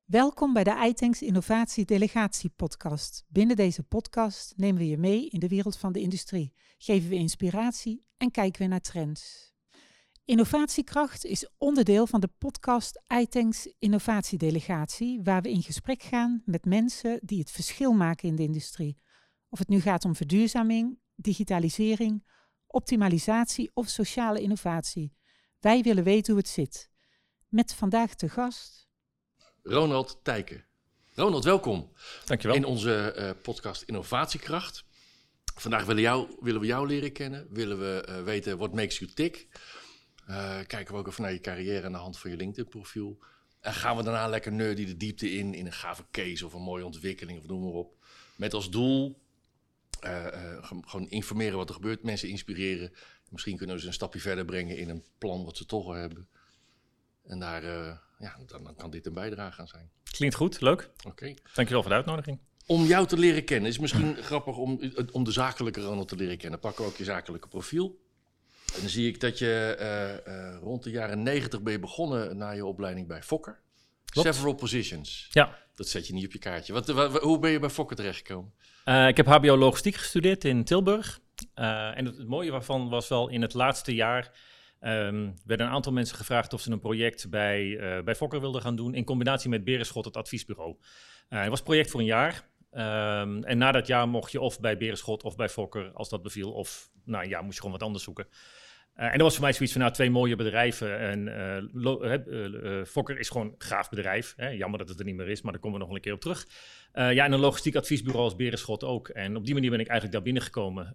Welkom bij de iTanks Innovatie Delegatie podcast. Binnen deze podcast nemen we je mee in de wereld van de industrie, geven we inspiratie en kijken we naar trends. Innovatiekracht is onderdeel van de podcast iTanks Innovatie Delegatie, waar we in gesprek gaan met mensen die het verschil maken in de industrie. Of het nu gaat om verduurzaming, digitalisering, optimalisatie of sociale innovatie. Wij willen weten hoe het zit. Met vandaag te gast Ronald Tijken. Ronald, welkom. Dankjewel. In onze podcast Innovatiekracht. Vandaag willen we jou leren kennen. Willen we weten what makes you tick. Kijken we ook even naar je carrière aan de hand van je LinkedIn profiel. En gaan we daarna lekker nerdy de diepte in een gave case of een mooie ontwikkeling of noem maar op. Met als doel gewoon informeren wat er gebeurt, mensen inspireren. Misschien kunnen we ze een stapje verder brengen in een plan wat ze toch al hebben. En daar, dan kan dit een bijdrage aan zijn. Klinkt goed, leuk. Oké. Dankjewel voor de uitnodiging. Om jou te leren kennen, is misschien grappig om de zakelijke Ronald te leren kennen. Pakken we ook je zakelijke profiel. En dan zie ik dat je rond de jaren 90 ben je begonnen na je opleiding bij Fokker. Klopt. Several positions. Ja. Dat zet je niet op je kaartje. Hoe ben je bij Fokker terechtgekomen? Ik heb HBO Logistiek gestudeerd in Tilburg. En het mooie waarvan was wel in het laatste jaar werden een aantal mensen gevraagd of ze een project bij Fokker wilden gaan doen in combinatie met Berenschot, het adviesbureau. Het was een project voor een jaar. En na dat jaar mocht je of bij Berenschot of bij Fokker, als dat beviel, of moest je gewoon wat anders zoeken. En dat was voor mij zoiets van, twee mooie bedrijven. En Fokker is gewoon een gaaf bedrijf. Jammer dat het er niet meer is, maar daar komen we nog een keer op terug. En een logistiek adviesbureau als Berenschot ook. En op die manier ben ik eigenlijk daar binnengekomen.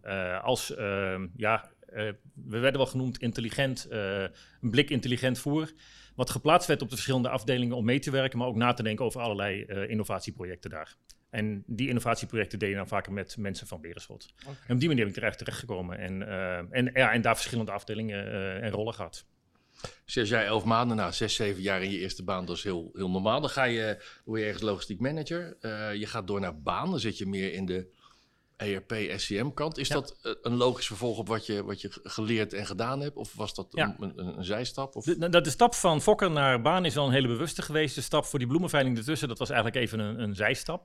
We werden wel genoemd intelligent, een blik intelligent voer. Wat geplaatst werd op de verschillende afdelingen om mee te werken, maar ook na te denken over allerlei innovatieprojecten daar. En die innovatieprojecten deden dan vaker met mensen van Berenschot. Okay. En op die manier ben ik terechtgekomen en daar verschillende afdelingen en rollen gehad. Als jij 11 maanden, 6, 7 jaar in je eerste baan, dat is heel normaal. Dan word je ergens logistiek manager. Je gaat door naar baan, dan zit je meer in de ERP, SCM kant. Is dat een logisch vervolg op wat je geleerd en gedaan hebt? Of was dat een zijstap? Of? De stap van Fokker naar baan is wel een hele bewuste geweest. De stap voor die bloemenveiling ertussen, dat was eigenlijk even een zijstap.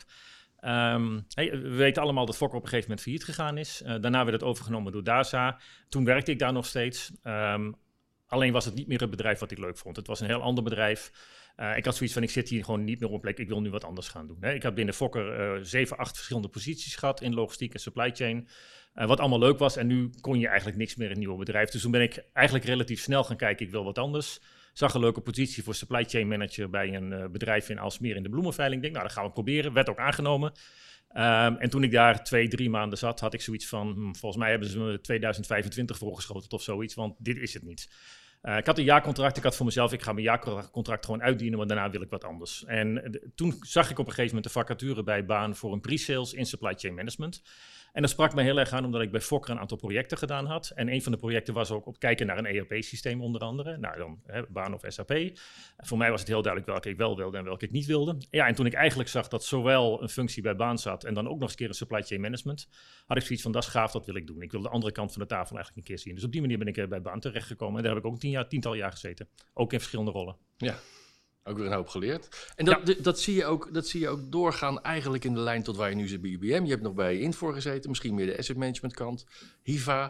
We weten allemaal dat Fokker op een gegeven moment failliet gegaan is. Daarna werd het overgenomen door DASA. Toen werkte ik daar nog steeds. Alleen was het niet meer het bedrijf wat ik leuk vond. Het was een heel ander bedrijf. Ik had zoiets van, ik zit hier gewoon niet meer op een plek. Ik wil nu wat anders gaan doen. Ik had binnen Fokker 7, 8 verschillende posities gehad in logistiek en supply chain. Wat allemaal leuk was. En nu kon je eigenlijk niks meer in het nieuwe bedrijf. Dus toen ben ik eigenlijk relatief snel gaan kijken, ik wil wat anders. Zag een leuke positie voor supply chain manager bij een bedrijf in Aalsmeer in de bloemenveiling. Ik denk, dat gaan we proberen. Werd ook aangenomen. En toen ik daar 2-3 maanden zat, had ik zoiets van, volgens mij hebben ze me 2025 voorgeschoten of zoiets, want dit is het niet. Ik had een jaarcontract, ik had voor mezelf, ik ga mijn jaarcontract gewoon uitdienen, maar daarna wil ik wat anders. En toen zag ik op een gegeven moment de vacature bij baan voor een pre-sales in supply chain management. En dat sprak me heel erg aan, omdat ik bij Fokker een aantal projecten gedaan had. En een van de projecten was ook op kijken naar een ERP-systeem onder andere. Nou, dan baan of SAP. Voor mij was het heel duidelijk welke ik wel wilde en welke ik niet wilde. Ja, en toen ik eigenlijk zag dat zowel een functie bij baan zat en dan ook nog eens een keer een supply chain management, had ik zoiets van, dat is gaaf, dat wil ik doen. Ik wil de andere kant van de tafel eigenlijk een keer zien. Dus op die manier ben ik bij baan terechtgekomen. En daar heb ik ook een tiental jaar gezeten. Ook in verschillende rollen. Ja. Ook weer een hoop geleerd. En dat zie je ook doorgaan eigenlijk in de lijn tot waar je nu zit bij IBM. Je hebt nog bij Infor gezeten, misschien meer de asset management kant. Hiva.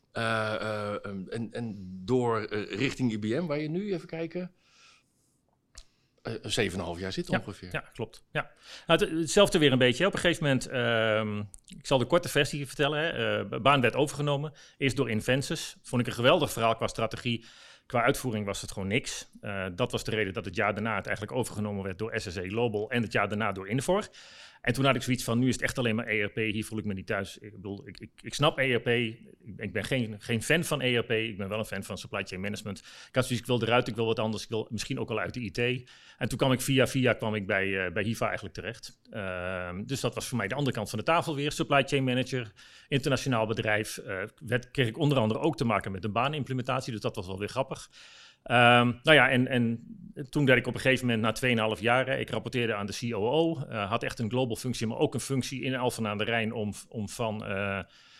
En door richting IBM, waar je nu, even kijken, 7,5 jaar zit ongeveer. Ja, klopt. Ja. Nou, hetzelfde weer een beetje. Op een gegeven moment, ik zal de korte versie vertellen. Baan werd overgenomen, eerst door Invensys. Vond ik een geweldig verhaal qua strategie. Qua uitvoering was het gewoon niks. Dat was de reden dat het jaar daarna het eigenlijk overgenomen werd door SSE Global en het jaar daarna door Infor. En toen had ik zoiets van, nu is het echt alleen maar ERP, hier voel ik me niet thuis. Ik bedoel, ik snap ERP, ik ben geen fan van ERP, ik ben wel een fan van supply chain management. Ik had zoiets, ik wil eruit, ik wil wat anders, ik wil misschien ook al uit de IT. En toen kwam ik via bij Hiva eigenlijk terecht. Dus dat was voor mij de andere kant van de tafel weer, supply chain manager, internationaal bedrijf. Kreeg ik onder andere ook te maken met de baanimplementatie, dus dat was wel weer grappig. En toen werd ik op een gegeven moment na 2,5 jaar, ik rapporteerde aan de COO, had echt een global functie, maar ook een functie in Alphen aan de Rijn om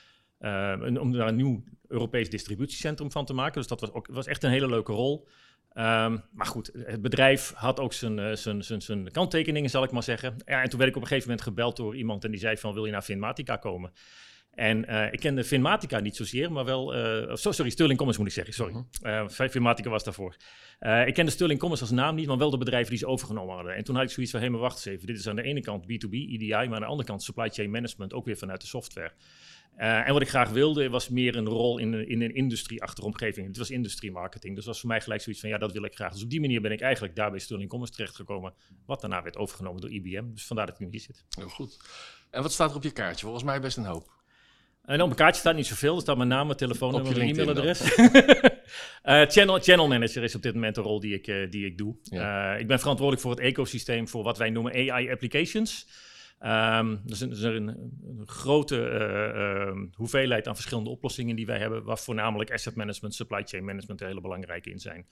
daar een nieuw Europees distributiecentrum van te maken. Dus dat was echt een hele leuke rol. Maar goed, het bedrijf had ook zijn kanttekeningen, zal ik maar zeggen. Ja, en toen werd ik op een gegeven moment gebeld door iemand en die zei van, wil je naar Finmatica komen? En ik kende Finmatica niet zozeer, maar wel... Sterling Commerce moet ik zeggen, sorry. Finmatica was daarvoor. Ik kende Sterling Commerce als naam niet, maar wel de bedrijven die ze overgenomen hadden. En toen had ik zoiets van, maar wacht eens even. Dit is aan de ene kant B2B, EDI, maar aan de andere kant supply chain management, ook weer vanuit de software. En wat ik graag wilde, was meer een rol in een industrie-achtige omgeving. Het was industrie marketing, dus was voor mij gelijk zoiets van, dat wil ik graag. Dus op die manier ben ik eigenlijk daar bij Sterling Commerce terechtgekomen, wat daarna werd overgenomen door IBM. Dus vandaar dat ik nu hier zit. Heel goed. En wat staat er op je kaartje? Volgens mij best een hoop. Op mijn kaartje staat niet zoveel. Er staat mijn naam, mijn telefoonnummer, mijn e-mailadres. Channel manager is op dit moment de rol die ik doe. Ja. Ik ben verantwoordelijk voor het ecosysteem voor wat wij noemen AI applications. Dus er is een grote hoeveelheid aan verschillende oplossingen die wij hebben, waar voornamelijk asset management, supply chain management er hele belangrijke in zijn.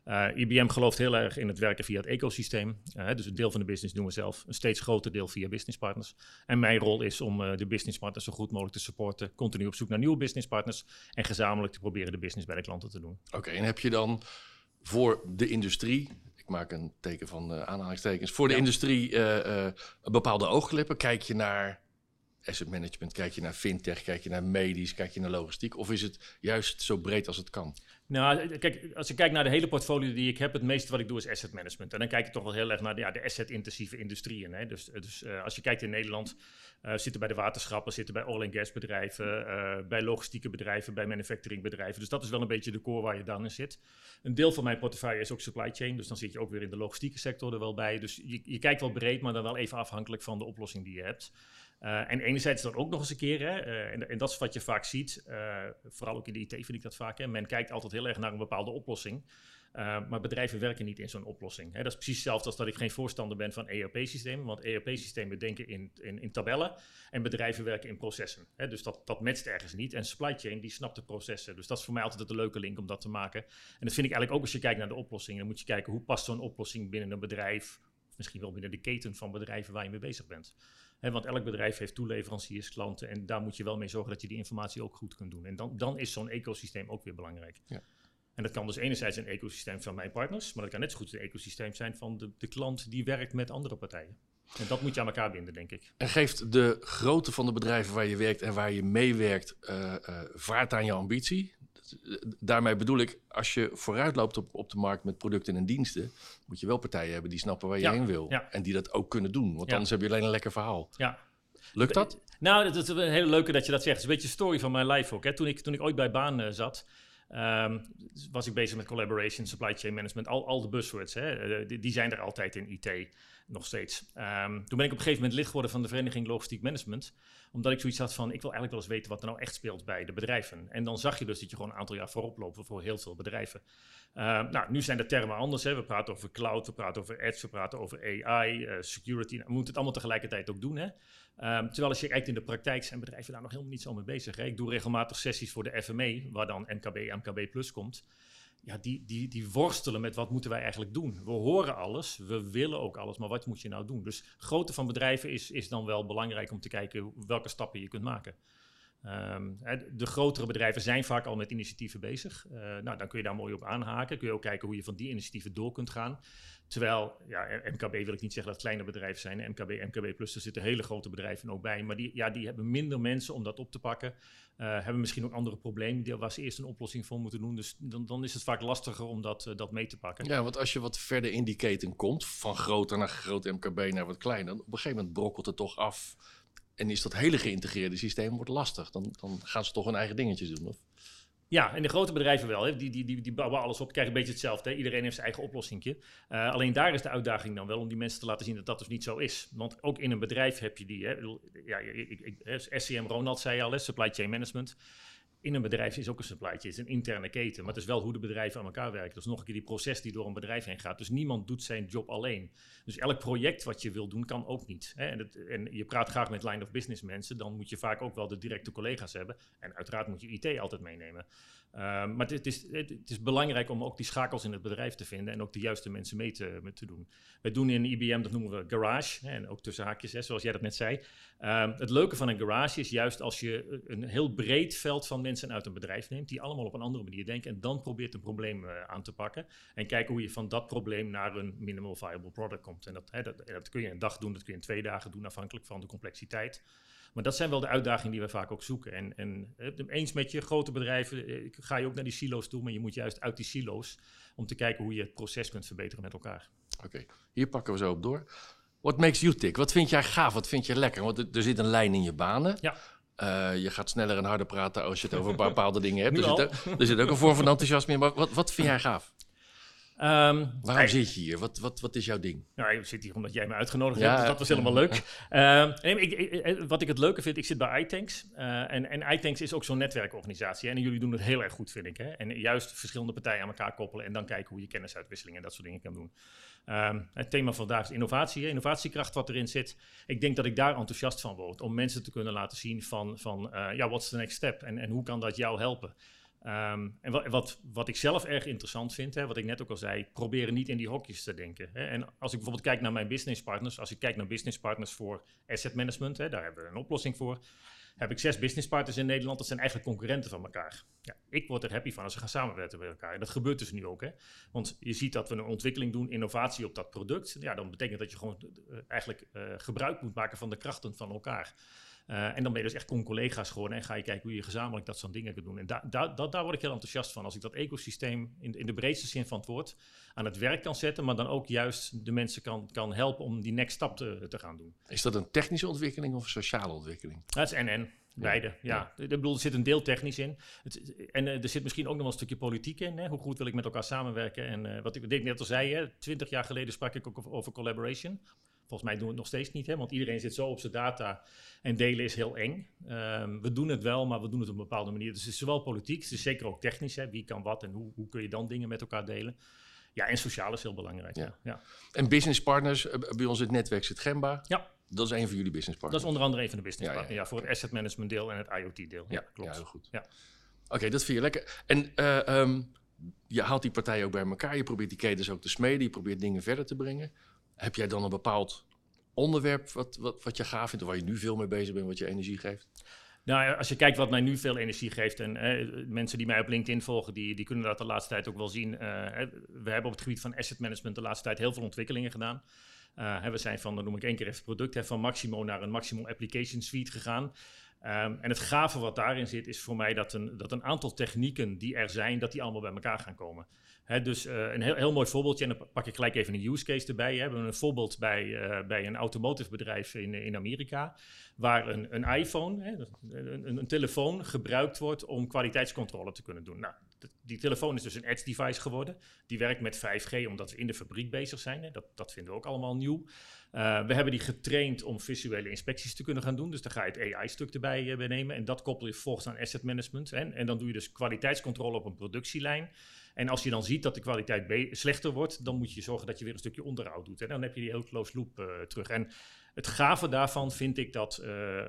IBM gelooft heel erg in het werken via het ecosysteem. Dus een deel van de business doen we zelf, een steeds groter deel via business partners. En mijn rol is om de business partners zo goed mogelijk te supporten, continu op zoek naar nieuwe business partners en gezamenlijk te proberen de business bij de klanten te doen. Oké, en heb je dan voor de industrie, ik maak een teken van aanhalingstekens, voor de industrie een bepaalde oogkleppen? Kijk je naar asset management, kijk je naar fintech, kijk je naar medisch, kijk je naar logistiek? Of is het juist zo breed als het kan? Nou, kijk, als ik kijk naar de hele portfolio die ik heb, het meeste wat ik doe is asset management. En dan kijk ik toch wel heel erg naar de asset-intensieve industrieën. Hè? Dus als je kijkt in Nederland, zitten bij de waterschappen, zitten bij oil- en gasbedrijven, bij logistieke bedrijven, bij manufacturingbedrijven. Dus dat is wel een beetje de core waar je dan in zit. Een deel van mijn portefeuille is ook supply chain, dus dan zit je ook weer in de logistieke sector er wel bij. Dus je kijkt wel breed, maar dan wel even afhankelijk van de oplossing die je hebt. En enerzijds dan ook nog eens een keer, hè, en dat is wat je vaak ziet, vooral ook in de IT vind ik dat vaak. Hè, men kijkt altijd heel erg naar een bepaalde oplossing, maar bedrijven werken niet in zo'n oplossing. Hè. Dat is precies hetzelfde als dat ik geen voorstander ben van ERP-systemen, want ERP-systemen denken in tabellen en bedrijven werken in processen. Hè. Dus dat matcht ergens niet. En supply chain die snapt de processen. Dus dat is voor mij altijd een leuke link om dat te maken. En dat vind ik eigenlijk ook als je kijkt naar de oplossing. Dan moet je kijken hoe past zo'n oplossing binnen een bedrijf, misschien wel binnen de keten van bedrijven waar je mee bezig bent. Want elk bedrijf heeft toeleveranciers, klanten en daar moet je wel mee zorgen dat je die informatie ook goed kunt doen. En dan is zo'n ecosysteem ook weer belangrijk. Ja. En dat kan dus enerzijds een ecosysteem van mijn partners, maar dat kan net zo goed een ecosysteem zijn van de klant die werkt met andere partijen. En dat moet je aan elkaar binden, denk ik. En geeft de grootte van de bedrijven waar je werkt en waar je meewerkt vaart aan je ambitie? Daarmee bedoel ik, als je vooruit loopt op de markt met producten en diensten, moet je wel partijen hebben die snappen waar je heen wil. Ja. En die dat ook kunnen doen, want anders heb je alleen een lekker verhaal. Ja. Lukt dat? Nou, dat is een hele leuke dat je dat zegt. Het is een beetje de story van mijn life ook. Hè. Toen ik ooit bij Baan zat, was ik bezig met collaboration, supply chain management, al de buzzwords. Hè. Die zijn er altijd in IT, nog steeds. Toen ben ik op een gegeven moment lid geworden van de Vereniging Logistiek Management, omdat ik zoiets had van, ik wil eigenlijk wel eens weten wat er nou echt speelt bij de bedrijven. En dan zag je dus dat je gewoon een aantal jaar voorop loopt voor heel veel bedrijven. Nu zijn de termen anders. Hè. We praten over cloud, we praten over edge, we praten over AI, security. We moeten het allemaal tegelijkertijd ook doen. Hè. Terwijl als je kijkt in de praktijk zijn bedrijven daar nog helemaal niet zo mee bezig. Hè. Ik doe regelmatig sessies voor de FME, waar dan MKB Plus komt. Ja, die worstelen met wat moeten wij eigenlijk doen. We horen alles, we willen ook alles, maar wat moet je nou doen? Dus grootte van bedrijven is dan wel belangrijk om te kijken welke stappen je kunt maken. De grotere bedrijven zijn vaak al met initiatieven bezig. Dan kun je daar mooi op aanhaken. Kun je ook kijken hoe je van die initiatieven door kunt gaan. Terwijl, MKB wil ik niet zeggen dat kleine bedrijven zijn. MKB Plus, er zitten hele grote bedrijven ook bij. Maar die hebben minder mensen om dat op te pakken. Hebben misschien ook andere problemen waar ze eerst een oplossing voor moeten doen. Dus dan is het vaak lastiger om dat mee te pakken. Ja, want als je wat verder in die keten komt, van groter naar groot MKB naar wat kleiner, op een gegeven moment brokkelt het toch af. En is dat hele geïntegreerde systeem wordt lastig. Dan gaan ze toch hun eigen dingetjes doen, of? Ja, en de grote bedrijven wel. Hè. Die bouwen alles op, krijgen een beetje hetzelfde. Hè. Iedereen heeft zijn eigen oplossingje. Alleen daar is de uitdaging dan wel om die mensen te laten zien dat dat dus niet zo is. Want ook in een bedrijf heb je die. Hè, SCM Ronald zei al, supply chain management. In een bedrijf is ook een supply chain, het is een interne keten. Maar het is wel hoe de bedrijven aan elkaar werken. Dus nog een keer die proces die door een bedrijf heen gaat. Dus niemand doet zijn job alleen. Dus elk project wat je wil doen, kan ook niet. Hè? En je praat graag met line of business mensen. Dan moet je vaak ook wel de directe collega's hebben. En uiteraard moet je IT altijd meenemen. Maar het is belangrijk om ook die schakels in het bedrijf te vinden. En ook de juiste mensen mee te doen. Wij doen in IBM, dat noemen we garage. Hè? En ook tussen haakjes, hè, zoals jij dat net zei. Het leuke van een garage is juist als je een heel breed veld van mensen uit een bedrijf neemt die allemaal op een andere manier denken en dan probeert een probleem aan te pakken en kijken hoe je van dat probleem naar een minimal viable product komt. En dat kun je een dag doen, dat kun je in 2 dagen doen, afhankelijk van de complexiteit. Maar dat zijn wel de uitdagingen die we vaak ook zoeken. En eens met je grote bedrijven ga je ook naar die silo's toe, maar je moet juist uit die silo's om te kijken hoe je het proces kunt verbeteren met elkaar. Oké, hier pakken we zo op door. What makes you tick? Wat vind jij gaaf? Wat vind je lekker? Want er zit een lijn in je banen. Ja. Je gaat sneller en harder praten als je het over bepaalde dingen hebt. Nu Er zit ook een vorm van enthousiasme in. Maar wat vind jij gaaf? Waarom zit je hier? Wat is jouw ding? Nou, ik zit hier omdat jij me uitgenodigd hebt, dus dat was helemaal leuk. Wat ik het leuke vind, ik zit bij iTanks. En iTanks is ook zo'n netwerkorganisatie. En jullie doen het heel erg goed, vind ik. Hè? En juist verschillende partijen aan elkaar koppelen en dan kijken hoe je kennisuitwisseling en dat soort dingen kan doen. Het thema van vandaag is innovatie, innovatiekracht wat erin zit. Ik denk dat ik daar enthousiast van word, om mensen te kunnen laten zien van what's the next step? En hoe kan dat jou helpen? En wat ik zelf erg interessant vind, wat ik net ook al zei, proberen niet in die hokjes te denken. En als ik bijvoorbeeld kijk naar mijn businesspartners, als ik kijk naar businesspartners voor asset management, daar hebben we een oplossing voor, heb ik 6 businesspartners in Nederland, dat zijn eigenlijk concurrenten van elkaar. Ja, ik word er happy van als ze gaan samenwerken met elkaar. En dat gebeurt dus nu ook. Want je ziet dat we een ontwikkeling doen, innovatie op dat product. Ja, dan betekent dat je gewoon eigenlijk gebruik moet maken van de krachten van elkaar. En dan ben je dus echt collega's geworden en ga je kijken hoe je gezamenlijk dat soort dingen kunt doen. En daar word ik heel enthousiast van. Als ik dat ecosysteem in de breedste zin van het woord aan het werk kan zetten, maar dan ook juist de mensen kan helpen om die next stap te gaan doen. Is dat een technische ontwikkeling of een sociale ontwikkeling? Dat is en. Beide, ja. Ik bedoel, er zit een deel technisch in. En er zit misschien ook nog wel een stukje politiek in. Hoe goed wil ik met elkaar samenwerken? En wat ik net al zei, 20 jaar geleden sprak ik ook over collaboration. Volgens mij doen we het nog steeds niet, want iedereen zit zo op zijn data en delen is heel eng. We doen het wel, maar we doen het op een bepaalde manier. Dus het is zowel politiek, het is zeker ook technisch. Wie kan wat en hoe kun je dan dingen met elkaar delen? Ja, en sociaal is heel belangrijk. Ja. En business partners, bij ons in het netwerk zit Gemba. Ja. Dat is een van jullie business partners. Dat is onder andere een van de business partners. Ja, voor het asset management deel en het IoT deel. Ja, klopt. Ja, heel goed. Ja. Oké, dat vind je lekker. En je haalt die partijen ook bij elkaar. Je probeert die ketens ook te smeden. Je probeert dingen verder te brengen. Heb jij dan een bepaald onderwerp wat je gaaf vindt, of waar je nu veel mee bezig bent, wat je energie geeft? Nou, als je kijkt wat mij nu veel energie geeft, en mensen die mij op LinkedIn volgen, die kunnen dat de laatste tijd ook wel zien. We hebben op het gebied van asset management de laatste tijd heel veel ontwikkelingen gedaan. We zijn van, dan noem ik 1 keer even het product, van Maximo naar een Maximo Application Suite gegaan. En het gave wat daarin zit, is voor mij dat een aantal technieken die er zijn, dat die allemaal bij elkaar gaan komen. Dus een heel mooi voorbeeldje, en dan pak ik gelijk even een use case erbij. We hebben een voorbeeld bij een automotive bedrijf in Amerika, waar een iPhone, een telefoon, gebruikt wordt om kwaliteitscontrole te kunnen doen. Nou, die telefoon is dus een edge device geworden. Die werkt met 5G omdat we in de fabriek bezig zijn. Dat vinden we ook allemaal nieuw. We hebben die getraind om visuele inspecties te kunnen gaan doen. Dus dan ga je het AI-stuk erbij nemen. En dat koppel je vervolgens aan asset management. En dan doe je dus kwaliteitscontrole op een productielijn. En als je dan ziet dat de kwaliteit slechter wordt, dan moet je zorgen dat je weer een stukje onderhoud doet. En dan heb je die heel close loop terug. En het gave daarvan vind ik dat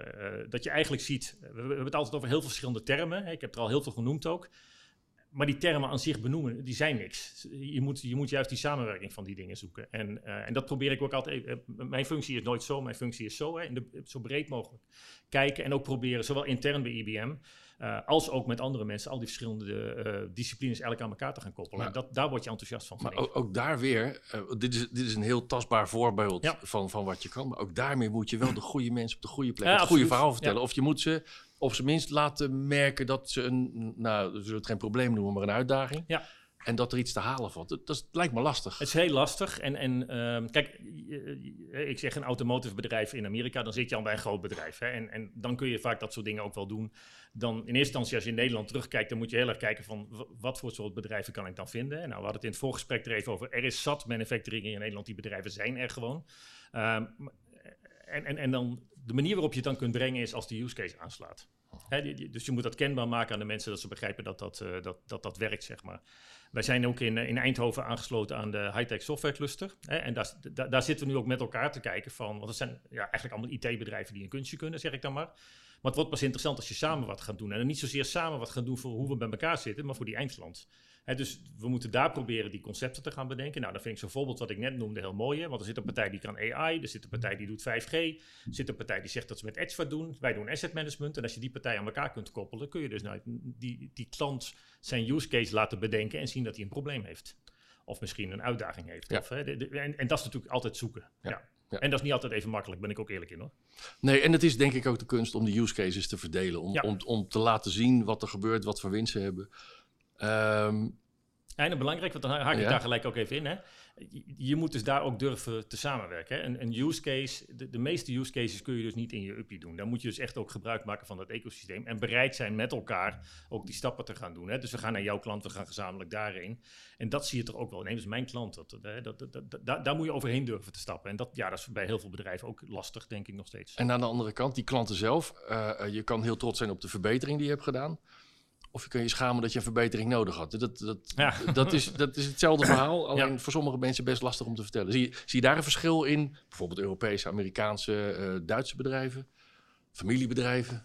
je eigenlijk ziet, we hebben het altijd over heel veel verschillende termen. Ik heb er al heel veel genoemd ook. Maar die termen aan zich benoemen, die zijn niks. Je moet juist die samenwerking van die dingen zoeken. En dat probeer ik ook altijd. Mijn functie is nooit zo, mijn functie is zo. Zo breed mogelijk kijken en ook proberen, zowel intern bij IBM, als ook met andere mensen, al die verschillende disciplines eigenlijk aan elkaar te gaan koppelen. Ja. Daar word je enthousiast van. Maar ook daar weer, dit is een heel tastbaar voorbeeld van wat je kan. Maar ook daarmee moet je wel de goede mensen op de goede plek, het goede verhaal vertellen. Ja. Of je moet ze op zijn minst laten merken dat ze we zullen het geen probleem noemen, maar een uitdaging. Ja. En dat er iets te halen valt. Dat lijkt me lastig. Het is heel lastig. Kijk, ik zeg een automotive bedrijf in Amerika, dan zit je al bij een groot bedrijf. En dan kun je vaak dat soort dingen ook wel doen. Dan in eerste instantie, als je in Nederland terugkijkt, dan moet je heel erg kijken van wat voor soort bedrijven kan ik dan vinden. Nou, we hadden het in het voorgesprek er even over. Er is zat manufacturing in Nederland, die bedrijven zijn er gewoon. En dan de manier waarop je het dan kunt brengen is als de use case aanslaat. Dus je moet dat kenbaar maken aan de mensen, dat ze begrijpen dat werkt, zeg maar. Wij zijn ook in Eindhoven aangesloten aan de high-tech software cluster. En daar zitten we nu ook met elkaar te kijken van, want het zijn eigenlijk allemaal IT-bedrijven die een kunstje kunnen, zeg ik dan maar. Maar het wordt pas interessant als je samen wat gaat doen. En dan niet zozeer samen wat gaan doen voor hoe we bij elkaar zitten, maar voor die eindklant. Dus we moeten daar proberen die concepten te gaan bedenken. Nou, dan vind ik zo'n voorbeeld wat ik net noemde heel mooi. Hè? Want er zit een partij die kan AI, er zit een partij die doet 5G, er zit een partij die zegt dat ze met Edge wat doen. Wij doen asset management. En als je die partij aan elkaar kunt koppelen, kun je dus die klant zijn use case laten bedenken en zien dat hij een probleem heeft. Of misschien een uitdaging heeft. Ja. Of, en dat is natuurlijk altijd zoeken. Ja. Ja. En dat is niet altijd even makkelijk, ben ik ook eerlijk in hoor. Nee, en het is denk ik ook de kunst om de use cases te verdelen. Om te laten zien wat er gebeurt, wat voor winst ze hebben. En belangrijk, want dan haak ik daar gelijk ook even in. Hè. Je moet dus daar ook durven te samenwerken. Hè. Een use case, de meeste use cases kun je dus niet in je uppie doen. Dan moet je dus echt ook gebruik maken van dat ecosysteem. En bereid zijn met elkaar ook die stappen te gaan doen. Hè. Dus we gaan naar jouw klant, we gaan gezamenlijk daarheen. En dat zie je toch ook wel. Nee, dus mijn klant, daar moet je overheen durven te stappen. En dat is bij heel veel bedrijven ook lastig, denk ik nog steeds. En aan de andere kant, die klanten zelf. Je kan heel trots zijn op de verbetering die je hebt gedaan. Of je kan je schamen dat je een verbetering nodig had. Dat is hetzelfde verhaal. Alleen voor sommige mensen best lastig om te vertellen. Zie je daar een verschil in? Bijvoorbeeld Europese, Amerikaanse, Duitse bedrijven? Familiebedrijven?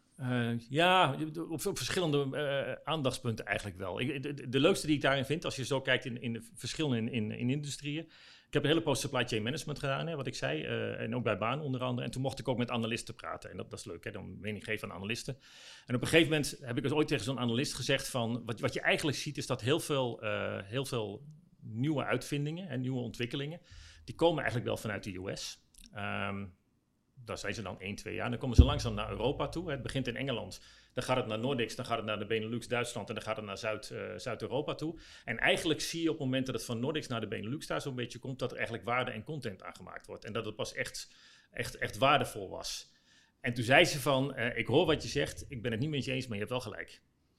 Op verschillende aandachtspunten eigenlijk wel. De leukste die ik daarin vind, als je zo kijkt in de verschillen in industrieën. Ik heb een hele poos supply chain management gedaan, hè, wat ik zei. En ook bij Baan onder andere. En toen mocht ik ook met analisten praten. En dat is leuk, hè, dan mening geven aan analisten. En op een gegeven moment heb ik dus ooit tegen zo'n analist gezegd van... Wat je eigenlijk ziet is dat heel veel nieuwe uitvindingen en nieuwe ontwikkelingen... die komen eigenlijk wel vanuit de US. Daar zijn ze dan 1-2 jaar. Dan komen ze langzaam naar Europa toe. Het begint in Engeland. Dan gaat het naar Nordics, dan gaat het naar de Benelux, Duitsland... en dan gaat het naar Zuid-Europa toe. En eigenlijk zie je op het moment dat het van Nordics naar de Benelux daar zo'n beetje komt... dat er eigenlijk waarde en content aangemaakt wordt. En dat het pas echt waardevol was. En toen zei ze van, ik hoor wat je zegt, ik ben het niet met je eens, maar je hebt wel gelijk.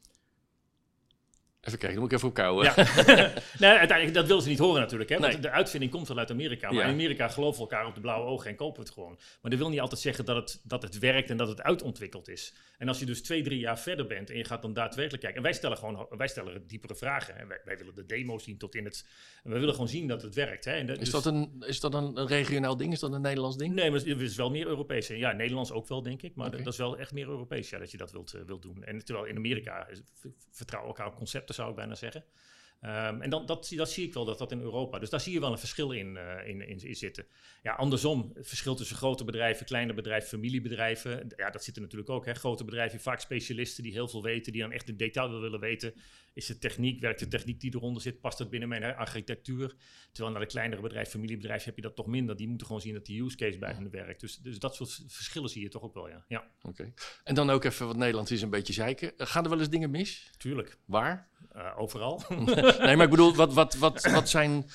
Even kijken, dan moet ik even opkouwen. Ja. Nee, uiteindelijk, dat wil ze niet horen natuurlijk. Hè? Want de uitvinding komt wel uit Amerika. Maar in Amerika geloven we elkaar op de blauwe ogen en kopen het gewoon. Maar dat wil niet altijd zeggen dat het werkt en dat het uitontwikkeld is. En als je dus 2-3 jaar verder bent en je gaat dan daadwerkelijk kijken. En wij stellen diepere vragen. Hè? Wij willen de demo's zien tot in het... We willen gewoon zien dat het werkt. Hè? En Is dat een regionaal ding? Is dat een Nederlands ding? Nee, maar het is wel meer Europees. Ja, Nederlands ook wel, denk ik. Maar dat is wel echt meer Europees, dat je dat wilt doen. En terwijl in Amerika vertrouwen elkaar op concepten, zou ik bijna zeggen. En dat zie ik wel, dat in Europa. Dus daar zie je wel een verschil in zitten. Ja, andersom, het verschil tussen grote bedrijven, kleine bedrijven, familiebedrijven. Ja, dat zit er natuurlijk ook. Hè. Grote bedrijven, vaak specialisten die heel veel weten, die dan echt in detail willen weten. Is de techniek, werkt de techniek die eronder zit, past dat binnen mijn architectuur? Terwijl naar de kleinere bedrijven, familiebedrijven heb je dat toch minder. Die moeten gewoon zien dat de use case bij hen werkt. Dus dat soort verschillen zie je toch ook wel, ja. Oké. En dan ook even, wat Nederlands is, een beetje zeiken. Gaan er wel eens dingen mis? Tuurlijk. Waar? Overal. Nee, maar ik bedoel, wat zijn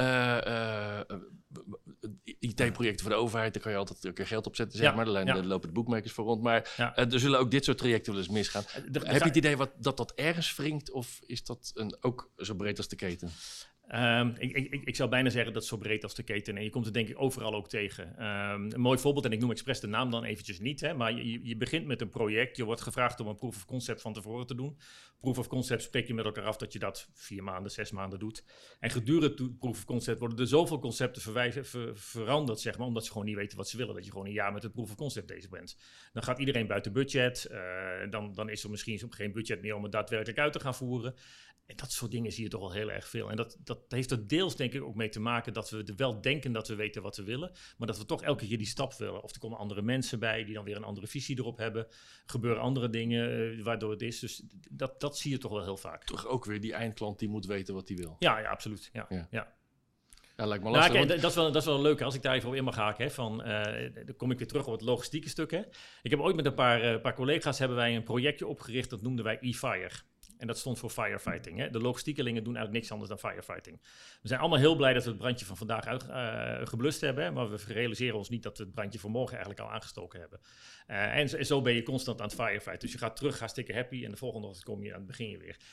IT-projecten voor de overheid? Daar kan je altijd ook geld op zetten, zeg maar. Daar lopen de boekmakers voor rond. Maar er zullen ook dit soort trajecten wel eens misgaan. Heb je het idee dat ergens wringt? Of is dat ook zo breed als de keten? Ik zou bijna zeggen dat het zo breed als de keten. En je komt er denk ik overal ook tegen. Een mooi voorbeeld, en ik noem expres de naam dan eventjes niet. Hè, maar je begint met een project. Je wordt gevraagd om een proof of concept van tevoren te doen. Proof of concept spreek je met elkaar af dat je dat 4 maanden, 6 maanden doet. En gedurende het proof of concept worden er zoveel concepten veranderd, zeg maar. Omdat ze gewoon niet weten wat ze willen. Dat je gewoon een jaar met het proof of concept bezig bent. Dan gaat iedereen buiten budget. Dan is er misschien geen budget meer om het daadwerkelijk uit te gaan voeren. En dat soort dingen zie je toch wel heel erg veel. En dat heeft er deels denk ik ook mee te maken dat we wel denken dat we weten wat we willen. Maar dat we toch elke keer die stap willen. Of er komen andere mensen bij die dan weer een andere visie erop hebben. Gebeuren andere dingen waardoor het is. Dus dat zie je toch wel heel vaak. Toch ook weer die eindklant die moet weten wat hij wil. Ja, absoluut. Ja, lijkt me lastig. Dat is wel leuk als ik daar even op in mag haken. Hè, dan kom ik weer terug op het logistieke stuk. Hè. Ik heb ooit met een paar collega's hebben wij een projectje opgericht. Dat noemden wij e-fire. En dat stond voor firefighting. Hè. De logistiekelingen doen eigenlijk niks anders dan firefighting. We zijn allemaal heel blij dat we het brandje van vandaag geblust hebben. Hè, maar we realiseren ons niet dat we het brandje van morgen eigenlijk al aangestoken hebben. En zo ben je constant aan het firefighten. Dus je gaat terug, hartstikke happy. En de volgende ochtend kom je aan het begin weer.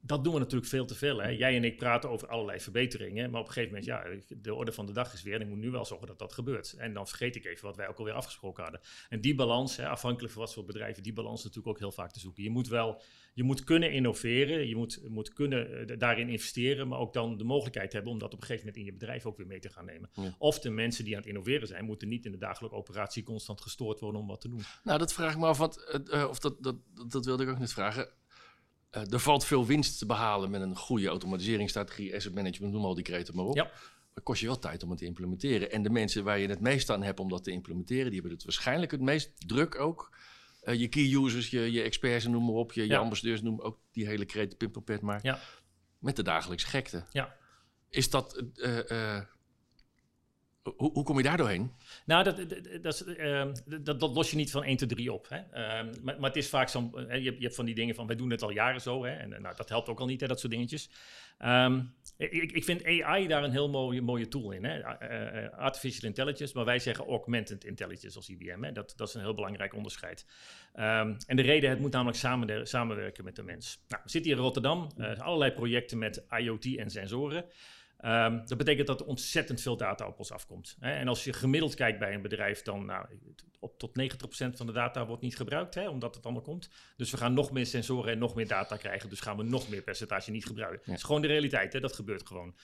Dat doen we natuurlijk veel te veel. Hè? Jij en ik praten over allerlei verbeteringen. Maar op een gegeven moment, de orde van de dag is weer. En ik moet nu wel zorgen dat dat gebeurt. En dan vergeet ik even wat wij ook alweer afgesproken hadden. En die balans, afhankelijk van wat voor bedrijven, die balans natuurlijk ook heel vaak te zoeken. Je moet kunnen innoveren. Je moet kunnen daarin investeren. Maar ook dan de mogelijkheid hebben om dat op een gegeven moment in je bedrijf ook weer mee te gaan nemen. Ja. Of de mensen die aan het innoveren zijn, moeten niet in de dagelijkse operatie constant gestoord worden om wat te doen. Nou, dat vraag ik me af. Dat wilde ik ook net vragen. Er valt veel winst te behalen met een goede automatiseringsstrategie, asset management, noem al die kreten maar op. Ja. Maar kost je wel tijd om het te implementeren. En de mensen waar je het meest aan hebt om dat te implementeren, die hebben het waarschijnlijk het meest druk ook. Je key users, je experts, noem maar op, je ambassadeurs, noem ook die hele kreten pimpelpet maar. Ja. Met de dagelijkse gekte. Ja. Is dat... Hoe kom je daar doorheen? Nou, dat los je niet van 1, 2, 3 op. Hè? Maar het is vaak zo'n... Je hebt van die dingen van, wij doen het al jaren zo. Hè? En dat helpt ook al niet, hè, dat soort dingetjes. Ik vind AI daar een heel mooie tool in. Hè? Artificial intelligence, maar wij zeggen augmented intelligence als IBM. Hè? Dat is een heel belangrijk onderscheid. En de reden, het moet namelijk samenwerken met de mens. Nou, we zitten hier in Rotterdam. Allerlei projecten met IoT en sensoren. Dat betekent dat er ontzettend veel data op ons afkomt. Hè? En als je gemiddeld kijkt bij een bedrijf, dan tot 90% van de data wordt niet gebruikt, hè, omdat het allemaal komt. Dus we gaan nog meer sensoren en nog meer data krijgen. Dus gaan we nog meer percentage niet gebruiken. Ja. Dat is gewoon de realiteit, hè? Dat gebeurt gewoon.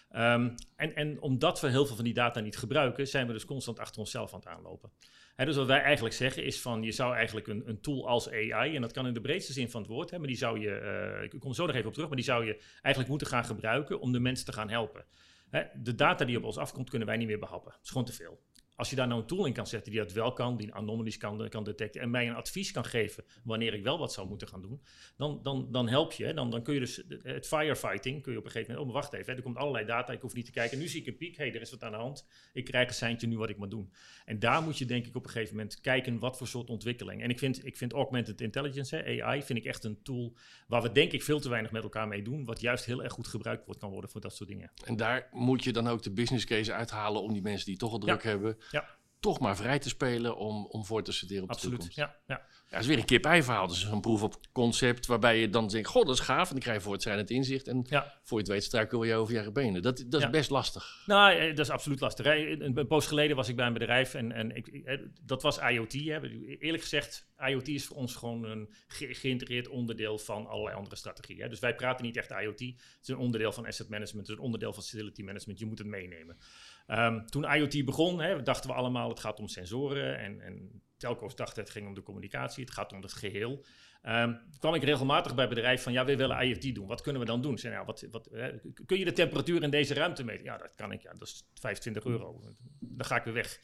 En omdat we heel veel van die data niet gebruiken, zijn we dus constant achter onszelf aan het aanlopen. Dus wat wij eigenlijk zeggen is van, je zou eigenlijk een tool als AI, en dat kan in de breedste zin van het woord, maar die zou je, ik kom er zo nog even op terug, maar die zou je eigenlijk moeten gaan gebruiken om de mensen te gaan helpen. De data die op ons afkomt, kunnen wij niet meer behappen. Dat is gewoon te veel. Als je daar nou een tool in kan zetten die dat wel kan, die anomalies kan detecten en mij een advies kan geven wanneer ik wel wat zou moeten gaan doen, dan help je. Dan kun je dus het firefighting, kun je op een gegeven moment, wacht even, er komt allerlei data, ik hoef niet te kijken, nu zie ik een piek, er is wat aan de hand, ik krijg een seintje nu wat ik moet doen. En daar moet je denk ik op een gegeven moment kijken wat voor soort ontwikkeling. En ik vind augmented intelligence, AI, vind ik echt een tool waar we denk ik veel te weinig met elkaar mee doen, wat juist heel erg goed gebruikt kan worden voor dat soort dingen. En daar moet je dan ook de business case uithalen om die mensen die toch al druk hebben, toch maar vrij te spelen om voor te sorteren op de toekomst. Ja, dat is weer een kip-ei verhaal. Dus een proef op concept waarbij je dan denkt, dat is gaaf. En dan krijg je voortschrijdend inzicht. En voor je het weet struikel je over je benen. Dat is best lastig. Nou, dat is absoluut lastig. Een poos geleden was ik bij een bedrijf en dat was IoT. Hè. Eerlijk gezegd, IoT is voor ons gewoon een geïntegreerd onderdeel van allerlei andere strategieën. Hè. Dus wij praten niet echt IoT. Het is een onderdeel van asset management. Het is een onderdeel van facility management. Je moet het meenemen. Toen IoT begon, dachten we allemaal het gaat om sensoren en telco's dachten het ging om de communicatie, het gaat om het geheel. Kwam ik regelmatig bij bedrijven van we willen IoT doen, wat kunnen we dan doen? Zei, kun je de temperatuur in deze ruimte meten? Ja, dat kan ik, dat is €25. Dan ga ik weer weg.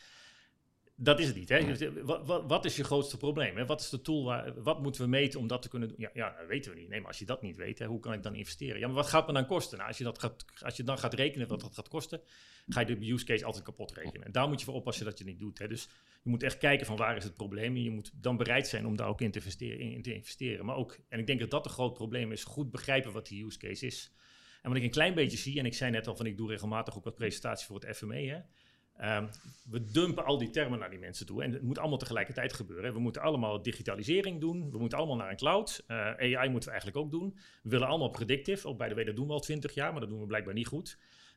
Dat is het niet. Hè? Wat is je grootste probleem? Hè? Wat is de tool? Wat moeten we meten om dat te kunnen doen? Ja, dat weten we niet. Nee, maar als je dat niet weet, hoe kan ik dan investeren? Ja, maar wat gaat me dan kosten? Nou, als je dan gaat rekenen wat dat gaat kosten, ga je de use case altijd kapot rekenen. En daar moet je voor oppassen dat je het niet doet. Hè? Dus je moet echt kijken van waar is het probleem. En je moet dan bereid zijn om daar ook in te investeren. Maar ook, en ik denk dat dat een groot probleem is, goed begrijpen wat die use case is. En wat ik een klein beetje zie, en ik zei net al van ik doe regelmatig ook wat presentaties voor het FME, hè. We dumpen al die termen naar die mensen toe. En het moet allemaal tegelijkertijd gebeuren. Hè. We moeten allemaal digitalisering doen. We moeten allemaal naar een cloud. AI moeten we eigenlijk ook doen. We willen allemaal predictive. Ook bij de way, dat doen we al 20 jaar, maar dat doen we blijkbaar niet goed.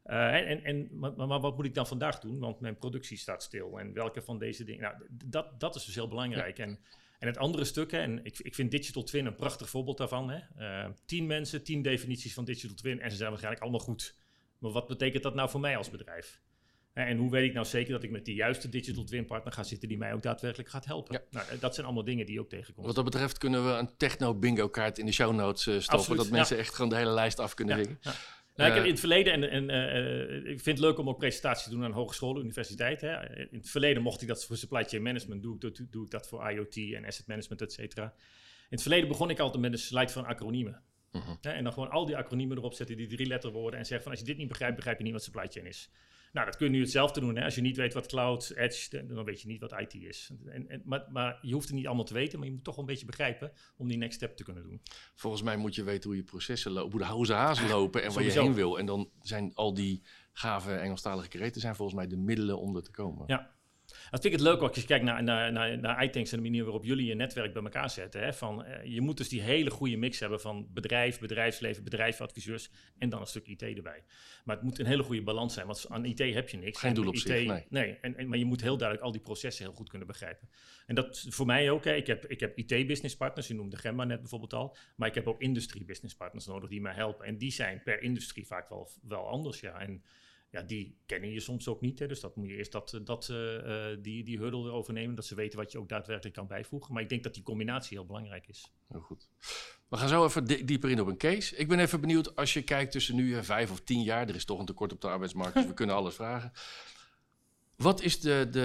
Maar wat moet ik dan vandaag doen? Want mijn productie staat stil. En welke van deze dingen... Nou, dat is dus heel belangrijk. Ja. En het andere stuk, en ik vind Digital Twin een prachtig voorbeeld daarvan. Hè. 10 mensen, 10 definities van Digital Twin. En ze zijn waarschijnlijk allemaal goed. Maar wat betekent dat nou voor mij als bedrijf? En hoe weet ik nou zeker dat ik met de juiste Digital Twin partner ga zitten die mij ook daadwerkelijk gaat helpen? Ja. Nou, dat zijn allemaal dingen die je ook tegenkomt. Wat dat betreft kunnen we een techno-bingo kaart in de show notes stoppen. Absoluut, dat mensen echt gewoon de hele lijst af kunnen dingen. Ja. Nou, ik heb in het verleden, ik vind het leuk om ook presentaties te doen aan hogescholen, universiteiten. Hè. In het verleden mocht ik dat voor supply chain management, doe ik dat voor IoT en asset management, et cetera. In het verleden begon ik altijd met een slide van acroniemen. Uh-huh. En dan gewoon al die acroniemen erop zetten, die 3 letterwoorden en zeggen van als je dit niet begrijpt, begrijp je niet wat supply chain is. Nou, dat kun je nu hetzelfde doen. Hè? Als je niet weet wat cloud, edge, dan weet je niet wat IT is. Maar je hoeft het niet allemaal te weten, maar je moet toch wel een beetje begrijpen om die next step te kunnen doen. Volgens mij moet je weten hoe je processen lopen, hoe de hazen lopen en waar je heen wil. En dan zijn al die gave Engelstalige kreten zijn volgens mij de middelen om er te komen. Ja. Dat vind ik het leuk ook als je kijkt naar iTanks en de manier waarop jullie je netwerk bij elkaar zetten. Hè? Je moet dus die hele goede mix hebben van bedrijfsleven, bedrijfsadviseurs en dan een stuk IT erbij. Maar het moet een hele goede balans zijn, want aan IT heb je niks. Geen doel op zich, nee. Maar je moet heel duidelijk al die processen heel goed kunnen begrijpen. En dat voor mij ook. Hè. Ik heb IT-business partners, je noemde Gemma net bijvoorbeeld al. Maar ik heb ook industrie-business partners nodig die mij helpen. En die zijn per industrie vaak wel anders, ja. En ja, die kennen je soms ook niet. Hè. Dus dat moet je eerst die hurdle erover nemen. Dat ze weten wat je ook daadwerkelijk kan bijvoegen. Maar ik denk dat die combinatie heel belangrijk is. Heel goed. We gaan zo even dieper in op een case. Ik ben even benieuwd, als je kijkt tussen nu en 5 of 10 jaar... er is toch een tekort op de arbeidsmarkt, dus we kunnen alles vragen. Wat is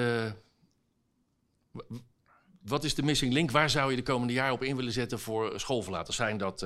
wat is de missing link? Waar zou je de komende jaren op in willen zetten voor schoolverlaters? Zijn dat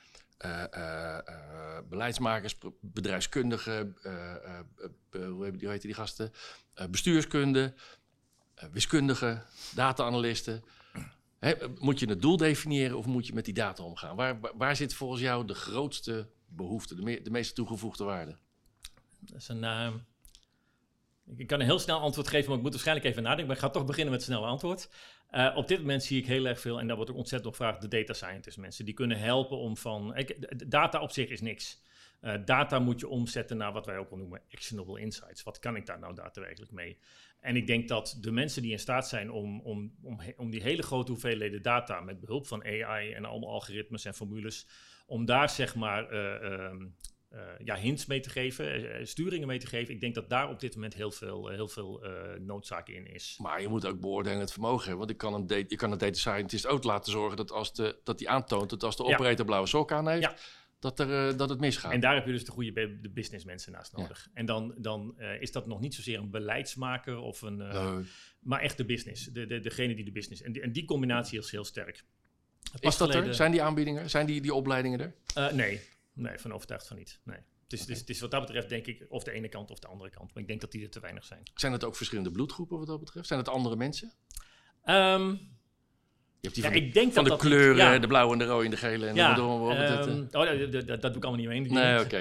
beleidsmakers, bedrijfskundigen, hoe heet die gasten? Bestuurskunde, wiskundigen, data-analysten. Moet je het doel definiëren of moet je met die data omgaan? Waar zit volgens jou de grootste behoefte, de meeste toegevoegde waarde? Dat is ik kan een heel snel antwoord geven, maar ik moet waarschijnlijk even nadenken. Maar ik ga toch beginnen met een snel antwoord. Op dit moment zie ik heel erg veel, en daar wordt ook ontzettend op gevraagd, de data scientists. Mensen die kunnen helpen om data op zich is niks. Data moet je omzetten naar wat wij ook wel noemen actionable insights. Wat kan ik daar nou daadwerkelijk mee? En ik denk dat de mensen die in staat zijn om die hele grote hoeveelheden data met behulp van AI en allemaal algoritmes en formules, om daar zeg maar hints mee te geven, sturingen mee te geven. Ik denk dat daar op dit moment heel veel noodzaak in is. Maar je moet ook beoordelen het vermogen hebben. Want je kan een data scientist ook laten zorgen dat die aantoont dat als de operator blauwe sok aan heeft, dat het misgaat. En daar heb je dus de businessmensen naast nodig. Ja. En dan is dat nog niet zozeer een beleidsmaker of maar echt de business. Degene die de business. En die combinatie is heel sterk. Is dat er? Zijn die aanbiedingen? Zijn die opleidingen er? Nee, van overtuigd van niet. Nee. Het is wat dat betreft denk ik of de ene kant of de andere kant. Maar ik denk dat die er te weinig zijn. Zijn het ook verschillende bloedgroepen wat dat betreft? Zijn het andere mensen? Je hebt die van de kleuren, de blauwe en de rode en de gele. En dat doe ik allemaal niet mee. Nee, oké.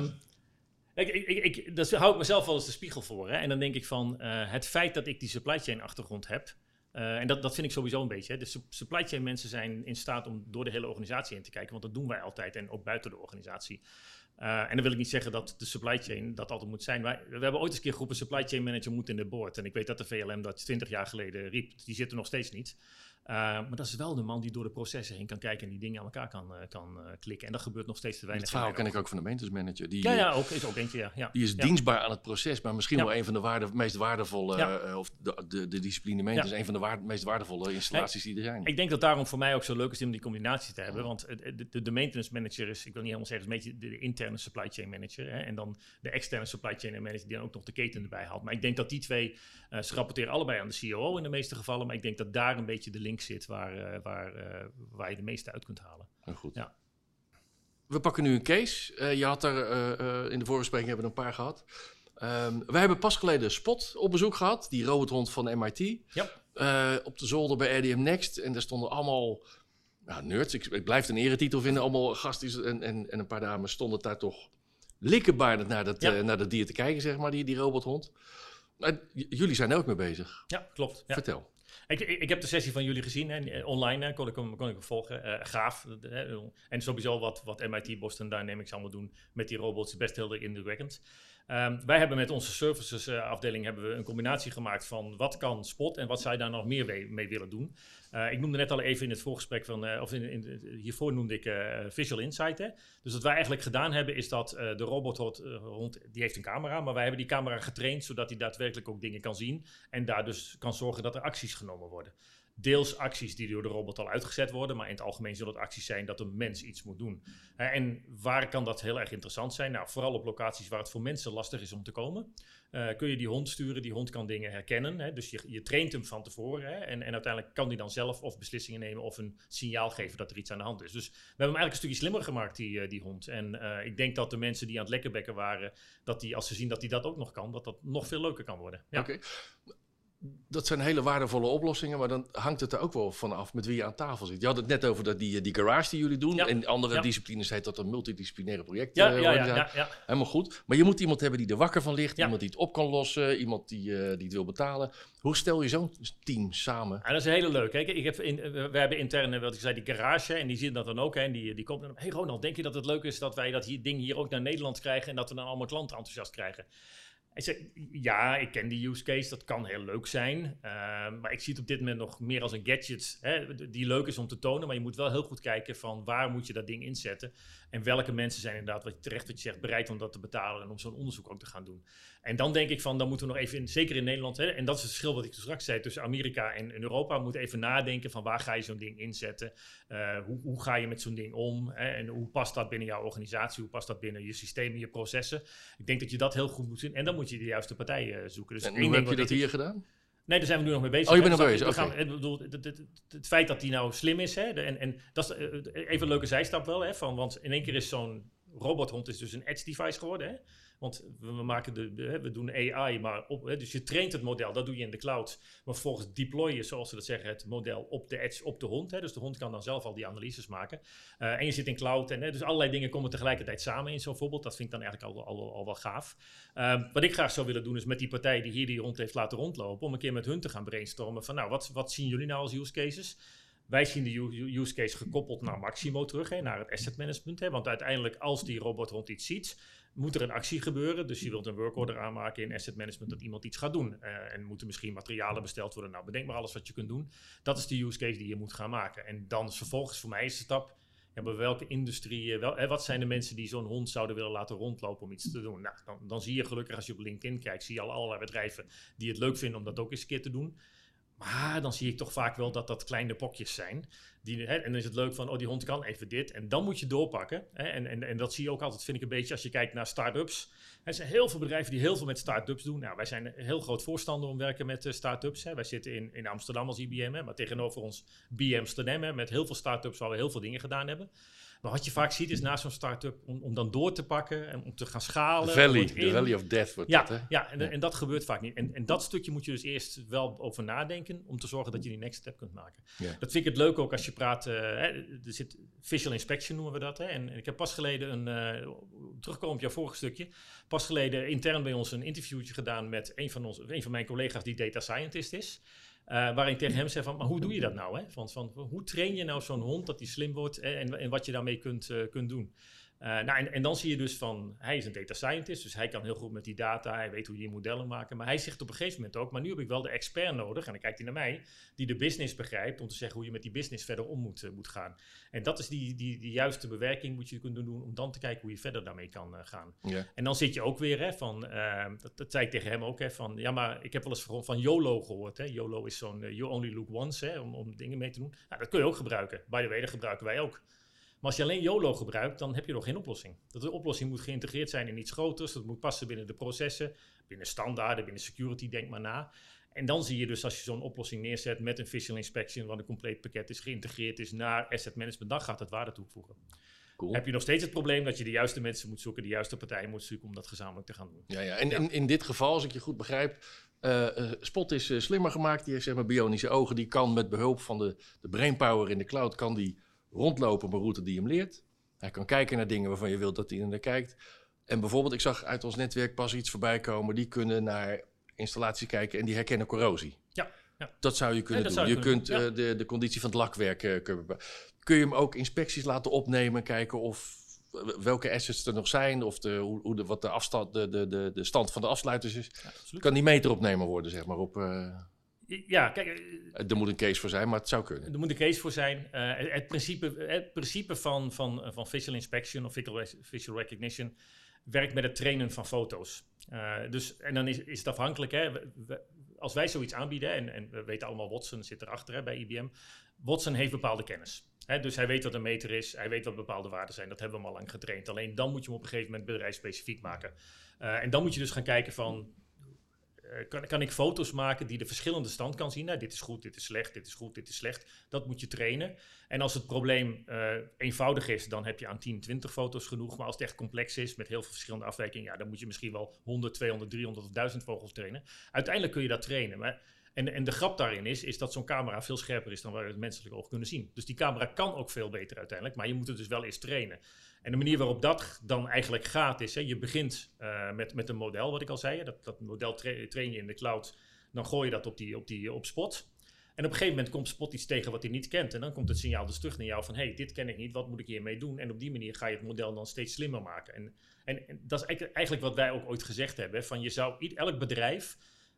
Daar hou ik mezelf wel eens de spiegel voor. Hè? En dan denk ik van het feit dat ik die supply chain achtergrond heb. En dat vind ik sowieso een beetje. Hè. De supply chain mensen zijn in staat om door de hele organisatie in te kijken. Want dat doen wij altijd en ook buiten de organisatie. En dan wil ik niet zeggen dat de supply chain dat altijd moet zijn. Maar we hebben ooit eens een keer geroepen supply chain manager moet in de board. En ik weet dat de VLM dat 20 jaar geleden riep. Die zit er nog steeds niet. Maar dat is wel de man die door de processen heen kan kijken en die dingen aan elkaar kan klikken. En dat gebeurt nog steeds te weinig. Het verhaal ken ik ook van de maintenance manager. Is ook eentje, ja. Die is dienstbaar aan het proces, maar misschien wel een van de meest waardevolle, of de discipline maintenance, een van de meest waardevolle installaties die er zijn. Ik denk dat daarom voor mij ook zo leuk is om die combinatie te hebben. Want de maintenance manager is, ik wil niet helemaal zeggen, is een beetje de interne supply chain manager. Hè, en dan de externe supply chain manager die dan ook nog de keten erbij haalt. Maar ik denk dat die twee, ze rapporteren allebei aan de COO in de meeste gevallen. Maar ik denk dat daar een beetje de link zit waar je de meeste uit kunt halen. Goed. Ja. We pakken nu een case. Je had er in de voorbespreking hebben we een paar gehad. We hebben pas geleden Spot op bezoek gehad, die robothond van MIT. Ja. Op de zolder bij RDM Next. En daar stonden allemaal nerds. Ik blijf het een eretitel vinden. Allemaal gastjes en een paar dames stonden daar toch likkebaardend naar dat dier te kijken, zeg maar, die robothond. Jullie zijn er ook mee bezig. Ja, klopt. Ja. Vertel. Ik heb de sessie van jullie gezien, hè, online kon ik hem volgen. Gaaf. En sowieso wat MIT Boston Dynamics allemaal doen met die robots is best heel indrukwekkend. Wij hebben met onze services afdeling hebben we een combinatie gemaakt van wat kan Spot en wat zou je daar nog meer mee willen doen. Ik noemde net al even in het voorgesprek hiervoor noemde ik Visual Insight. Hè? Dus wat wij eigenlijk gedaan hebben is dat de robothond die heeft een camera, maar wij hebben die camera getraind zodat hij daadwerkelijk ook dingen kan zien en daar dus kan zorgen dat er acties genomen worden. Deels acties die door de robot al uitgezet worden, maar in het algemeen zullen het acties zijn dat een mens iets moet doen. En waar kan dat heel erg interessant zijn? Nou, vooral op locaties waar het voor mensen lastig is om te komen. Kun je die hond sturen, die hond kan dingen herkennen. Hè? Dus je traint hem van tevoren. Hè? En uiteindelijk kan hij dan zelf of beslissingen nemen of een signaal geven dat er iets aan de hand is. Dus we hebben hem eigenlijk een stukje slimmer gemaakt, die hond. En ik denk dat de mensen die aan het lekkerbekken waren, dat die, als ze zien dat hij dat ook nog kan, dat nog veel leuker kan worden. Ja. Okay. Dat zijn hele waardevolle oplossingen, maar dan hangt het er ook wel vanaf met wie je aan tafel zit. Je had het net over die garage die jullie doen. Ja. In andere disciplines heet dat een multidisciplinaire project. Ja. Helemaal goed. Maar je moet iemand hebben die er wakker van ligt. Ja. Iemand die het op kan lossen. Iemand die het wil betalen. Hoe stel je zo'n team samen? Ja, dat is een hele leuk. We hebben intern, wat ik zei, die garage. En die zien dat dan ook. Hè, en die komt dan. Hey Ronald, denk je dat het leuk is dat wij dat ding hier ook naar Nederland krijgen? En dat we dan allemaal klanten enthousiast krijgen? Hij zei, ja, ik ken die use case, dat kan heel leuk zijn. Maar ik zie het op dit moment nog meer als een gadget, die leuk is om te tonen. Maar je moet wel heel goed kijken van waar moet je dat ding inzetten. En welke mensen zijn inderdaad, wat je zegt, bereid om dat te betalen en om zo'n onderzoek ook te gaan doen. En dan denk ik van, dan moeten we nog even, zeker in Nederland, en dat is het verschil wat ik straks zei tussen Amerika en Europa, moet even nadenken van waar ga je zo'n ding inzetten. Hoe ga je met zo'n ding om? En hoe past dat binnen jouw organisatie? Hoe past dat binnen je systemen, je processen? Ik denk dat je dat heel goed moet zien. En dan moet je de juiste partij zoeken. Dus en hoe heb je dat hier gedaan? Nee, daar zijn we nu nog mee bezig. Oh, je bent nog bezig, Het feit dat die nou slim is, en dat is even een leuke zijstap wel, want in één keer is zo'n robothond is dus een edge device geworden, hè? Want we doen AI, maar dus je traint het model, dat doe je in de cloud. Maar vervolgens deploy je, zoals ze dat zeggen, het model op de edge, op de hond. Dus de hond kan dan zelf al die analyses maken. En je zit in cloud, en dus allerlei dingen komen tegelijkertijd samen in zo'n voorbeeld. Dat vind ik dan eigenlijk al wel gaaf. Wat ik graag zou willen doen, is met die partij die hier die hond heeft laten rondlopen, om een keer met hun te gaan brainstormen van, nou, wat zien jullie nou als use cases? Wij zien de use case gekoppeld naar Maximo terug, naar het asset management. Want uiteindelijk, als die robothond iets ziet, moet er een actie gebeuren. Dus je wilt een workorder aanmaken in asset management dat iemand iets gaat doen. En moeten misschien materialen besteld worden. Nou, bedenk maar alles wat je kunt doen. Dat is de use case die je moet gaan maken. En dan vervolgens voor mij is de stap, bij welke industrie, wat zijn de mensen die zo'n hond zouden willen laten rondlopen om iets te doen? Nou, dan zie je gelukkig als je op LinkedIn kijkt, zie je al allerlei bedrijven die het leuk vinden om dat ook eens een keer te doen. Maar dan zie ik toch vaak wel dat kleine pokjes zijn. En dan is het leuk van, die hond kan even dit. En dan moet je doorpakken. En dat zie je ook altijd, vind ik een beetje, als je kijkt naar start-ups. Er zijn heel veel bedrijven die heel veel met start-ups doen. Nou, wij zijn een heel groot voorstander om werken met start-ups. Wij zitten in Amsterdam als IBM, maar tegenover ons Amsterdam, met heel veel start-ups waar we heel veel dingen gedaan hebben. Maar wat je vaak ziet is na zo'n start-up om dan door te pakken en om te gaan schalen. The Valley of Death wordt dat, hè? Ja, en dat gebeurt vaak niet. En dat stukje moet je dus eerst wel over nadenken om te zorgen dat je die next step kunt maken. Ja. Dat vind ik het leuk ook als je praat, er zit visual inspection noemen we dat. En ik heb pas geleden terugkomen op jouw vorige stukje, pas geleden intern bij ons een interviewtje gedaan met een van mijn collega's die data scientist is. Waarin ik tegen hem zei van, maar hoe doe je dat nou? Van hoe train je nou zo'n hond dat die slim wordt en wat je daarmee kunt doen? En dan zie je dus van, hij is een data scientist, dus hij kan heel goed met die data, hij weet hoe je modellen maken, maar hij zegt op een gegeven moment ook, maar nu heb ik wel de expert nodig, en dan kijkt hij naar mij, die de business begrijpt, om te zeggen hoe je met die business verder om moet gaan. En dat is die juiste bewerking moet je kunnen doen, om dan te kijken hoe je verder daarmee kan gaan. Ja. En dan zit je ook weer, dat zei ik tegen hem ook, van, ja, maar ik heb wel eens van YOLO gehoord. YOLO is zo'n you only look once, om dingen mee te doen. Nou, dat kun je ook gebruiken. By the way, dat gebruiken wij ook. Maar als je alleen YOLO gebruikt, dan heb je nog geen oplossing. De oplossing moet geïntegreerd zijn in iets groters. Dat moet passen binnen de processen, binnen standaarden, binnen security, denk maar na. En dan zie je dus als je zo'n oplossing neerzet met een visual inspection, wat een compleet pakket is, geïntegreerd is naar asset management, dan gaat het waarde toevoegen. Cool. Heb je nog steeds het probleem dat je de juiste mensen moet zoeken, de juiste partijen moet zoeken om dat gezamenlijk te gaan doen. Ja. En in dit geval, als ik je goed begrijp, Spot is slimmer gemaakt. Die heeft zeg maar bionische ogen. Die kan met behulp van de brainpower in de cloud, kan die rondlopen op een route die hem leert. Hij kan kijken naar dingen waarvan je wilt dat hij naar kijkt. En bijvoorbeeld, ik zag uit ons netwerk pas iets voorbij komen. Die kunnen naar installaties kijken en die herkennen corrosie. Ja. Dat zou je kunnen doen. Je kunt de conditie van het lakwerk... kun je hem ook inspecties laten opnemen, kijken of welke assets er nog zijn, of wat de afstand, de stand van de afsluiters is. Ja, kan die meter opnemen worden, zeg maar, op... Ja, kijk... Er moet een case voor zijn, maar het zou kunnen. Er moet een case voor zijn. Het principe van visual inspection of visual recognition werkt met het trainen van foto's. En dan is het afhankelijk. Als wij zoiets aanbieden, en we weten allemaal, Watson zit erachter bij IBM. Watson heeft bepaalde kennis. Dus hij weet wat een meter is, hij weet wat bepaalde waarden zijn. Dat hebben we hem al lang getraind. Alleen dan moet je hem op een gegeven moment bedrijfsspecifiek maken. En dan moet je dus gaan kijken van... Kan ik foto's maken die de verschillende stand kan zien? Nou, dit is goed, dit is slecht, dit is goed, dit is slecht. Dat moet je trainen. En als het probleem eenvoudig is, dan heb je aan 10, 20 foto's genoeg. Maar als het echt complex is, met heel veel verschillende afwijkingen... dan moet je misschien wel 100, 200, 300 of 1000 vogels trainen. Uiteindelijk kun je dat trainen. En de grap daarin is dat zo'n camera veel scherper is dan waar we het menselijk oog kunnen zien. Dus die camera kan ook veel beter uiteindelijk, maar je moet het dus wel eens trainen. En de manier waarop dat dan eigenlijk gaat is, je begint met een model, wat ik al zei. Dat model train je in de cloud, dan gooi je dat op Spot. En op een gegeven moment komt Spot iets tegen wat hij niet kent. En dan komt het signaal dus terug naar jou van, hey, dit ken ik niet, wat moet ik hiermee doen? En op die manier ga je het model dan steeds slimmer maken. En dat is eigenlijk wat wij ook ooit gezegd hebben, van je zou elk bedrijf...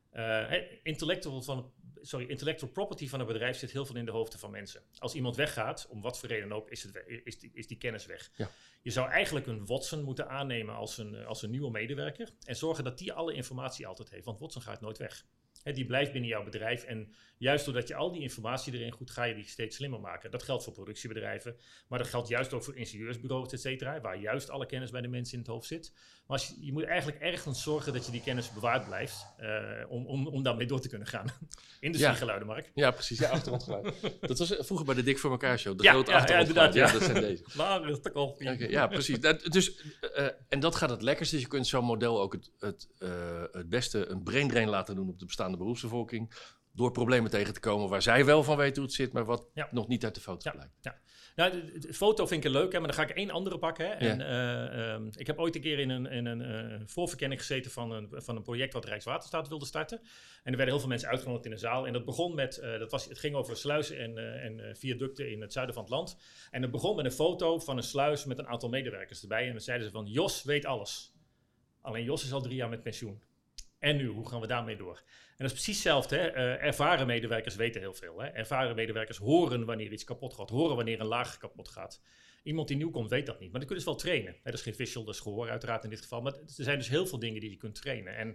intellectual property van een bedrijf zit heel veel in de hoofden van mensen. Als iemand weggaat, om wat voor reden ook, is die kennis weg. Ja. Je zou eigenlijk een Watson moeten aannemen als een nieuwe medewerker en zorgen dat die alle informatie altijd heeft, want Watson gaat nooit weg. Die blijft binnen jouw bedrijf en juist doordat je al die informatie erin goed, ga je die steeds slimmer maken. Dat geldt voor productiebedrijven, maar dat geldt juist ook voor ingenieursbureaus, et cetera, waar juist alle kennis bij de mensen in het hoofd zit. Maar je moet eigenlijk ergens zorgen dat je die kennis bewaard blijft om daarmee door te kunnen gaan. Industriegeluiden, Mark. Ja, precies. Ja, achtergrondgeluiden. Dat was vroeger bij de Dik voor elkaar show. De grote achtergrondgeluiden. Ja, dat zijn deze. Ja, precies. En dat gaat het lekkerst. Dus je kunt zo'n model ook het beste een brain drain laten doen op de bestaande beroepsbevolking. Door problemen tegen te komen waar zij wel van weten hoe het zit, maar wat nog niet uit de foto blijkt. Ja. Nou, de foto vind ik leuk, maar dan ga ik één andere pakken. Hè. En, ik heb ooit een keer in een voorverkenning gezeten van een project wat Rijkswaterstaat wilde starten. En er werden heel veel mensen uitgenodigd in een zaal. En dat begon met, het ging over sluizen en viaducten in het zuiden van het land. En het begon met een foto van een sluis met een aantal medewerkers erbij. En dan zeiden ze van, Jos weet alles. Alleen Jos is al 3 jaar met pensioen. En nu, hoe gaan we daarmee door? En dat is precies hetzelfde. Hè? Ervaren medewerkers weten heel veel. Hè? Ervaren medewerkers horen wanneer iets kapot gaat. Horen wanneer een laag kapot gaat. Iemand die nieuw komt weet dat niet. Maar dat kun je dus wel trainen. Hè? Dat is geen visual, dat is gehoor uiteraard in dit geval. Maar er zijn dus heel veel dingen die je kunt trainen. En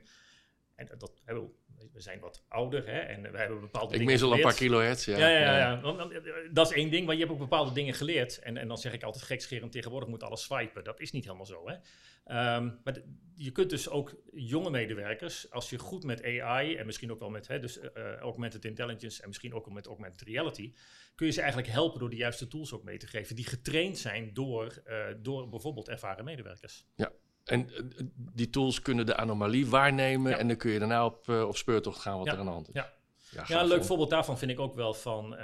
we zijn wat ouder, hè, en we hebben bepaalde dingen mis al een paar kilohertz, ja. Dat is één ding, maar je hebt ook bepaalde dingen geleerd. En dan zeg ik altijd gekscherend, tegenwoordig moet alles swipen. Dat is niet helemaal zo, hè. Maar je kunt dus ook jonge medewerkers, als je goed met AI en misschien ook wel met augmented intelligence en misschien ook met augmented reality, kun je ze eigenlijk helpen door de juiste tools ook mee te geven die getraind zijn door bijvoorbeeld ervaren medewerkers. Ja. En die tools kunnen de anomalie waarnemen en dan kun je daarna op speurtocht gaan wat er aan de hand is. Ja, een leuk voorbeeld daarvan vind ik ook wel van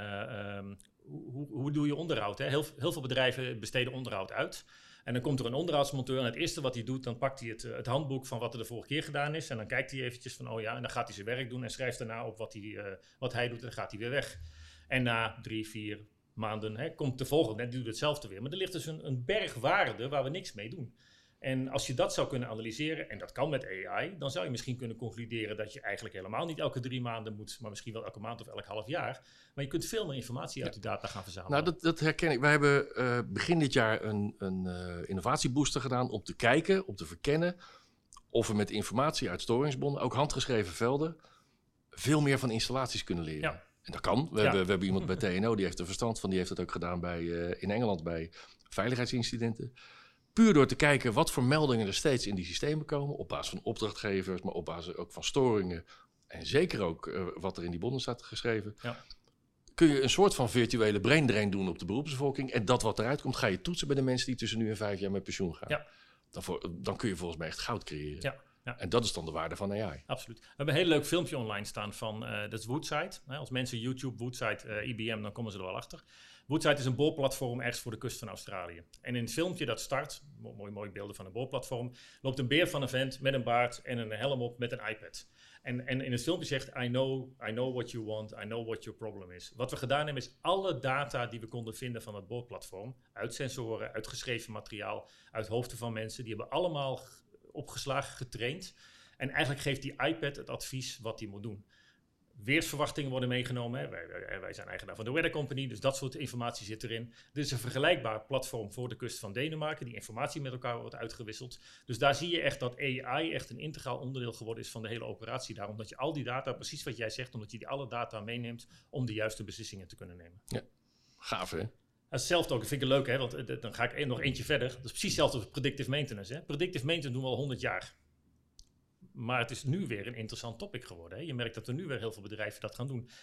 hoe doe je onderhoud? Hè? Heel veel bedrijven besteden onderhoud uit. En dan komt er een onderhoudsmonteur en het eerste wat hij doet, dan pakt hij het handboek van wat er de vorige keer gedaan is. En dan kijkt hij eventjes van, en dan gaat hij zijn werk doen en schrijft daarna op wat hij doet en dan gaat hij weer weg. En na 3-4 maanden komt de volgende en die doet hetzelfde weer. Maar er ligt dus een berg waarde waar we niks mee doen. En als je dat zou kunnen analyseren, en dat kan met AI, dan zou je misschien kunnen concluderen dat je eigenlijk helemaal niet elke 3 maanden moet, maar misschien wel elke maand of elk half jaar. Maar je kunt veel meer informatie uit die data gaan verzamelen. Nou, dat herken ik. Wij hebben begin dit jaar een innovatiebooster gedaan om te kijken, om te verkennen of we met informatie uit storingsbronnen, ook handgeschreven velden, veel meer van installaties kunnen leren. Ja. En dat kan. We hebben iemand bij TNO, die heeft er verstand van, die heeft het ook gedaan in Engeland bij veiligheidsincidenten. Puur door te kijken wat voor meldingen er steeds in die systemen komen. Op basis van opdrachtgevers, maar op basis ook van storingen. En zeker ook wat er in die bronnen staat geschreven. Ja. Kun je een soort van virtuele brain drain doen op de beroepsbevolking. En dat wat eruit komt, ga je toetsen bij de mensen die tussen nu en 5 jaar met pensioen gaan. Ja. Dan kun je volgens mij echt goud creëren. Ja. Ja. En dat is dan de waarde van AI. Absoluut. We hebben een heel leuk filmpje online staan van, dat is Woodside. Als mensen YouTube, Woodside, IBM, dan komen ze er wel achter. Woodside is een boorplatform ergens voor de kust van Australië. En in het filmpje dat start, mooi beelden van een boorplatform, loopt een beer van een vent met een baard en een helm op met een iPad. En in het filmpje zegt, I know what you want, I know what your problem is. Wat we gedaan hebben is alle data die we konden vinden van het boorplatform, uit sensoren, uit geschreven materiaal, uit hoofden van mensen, die hebben allemaal opgeslagen, getraind. En eigenlijk geeft die iPad het advies wat hij moet doen. Weersverwachtingen worden meegenomen. Hè. Wij zijn eigenaar van de Weather Company, dus dat soort informatie zit erin. Dit is een vergelijkbaar platform voor de kust van Denemarken, die informatie met elkaar wordt uitgewisseld. Dus daar zie je echt dat AI echt een integraal onderdeel geworden is van de hele operatie. Daarom dat je al die data, precies wat jij zegt, omdat je die alle data meeneemt om de juiste beslissingen te kunnen nemen. Ja, gaaf hè? Hetzelfde ook, dat vind ik leuk, hè? Want dan ga ik nog eentje verder. Dat is precies hetzelfde als predictive maintenance. Hè? Predictive maintenance doen we al 100 jaar. Maar het is nu weer een interessant topic geworden. Hè? Je merkt dat er nu weer heel veel bedrijven dat gaan doen.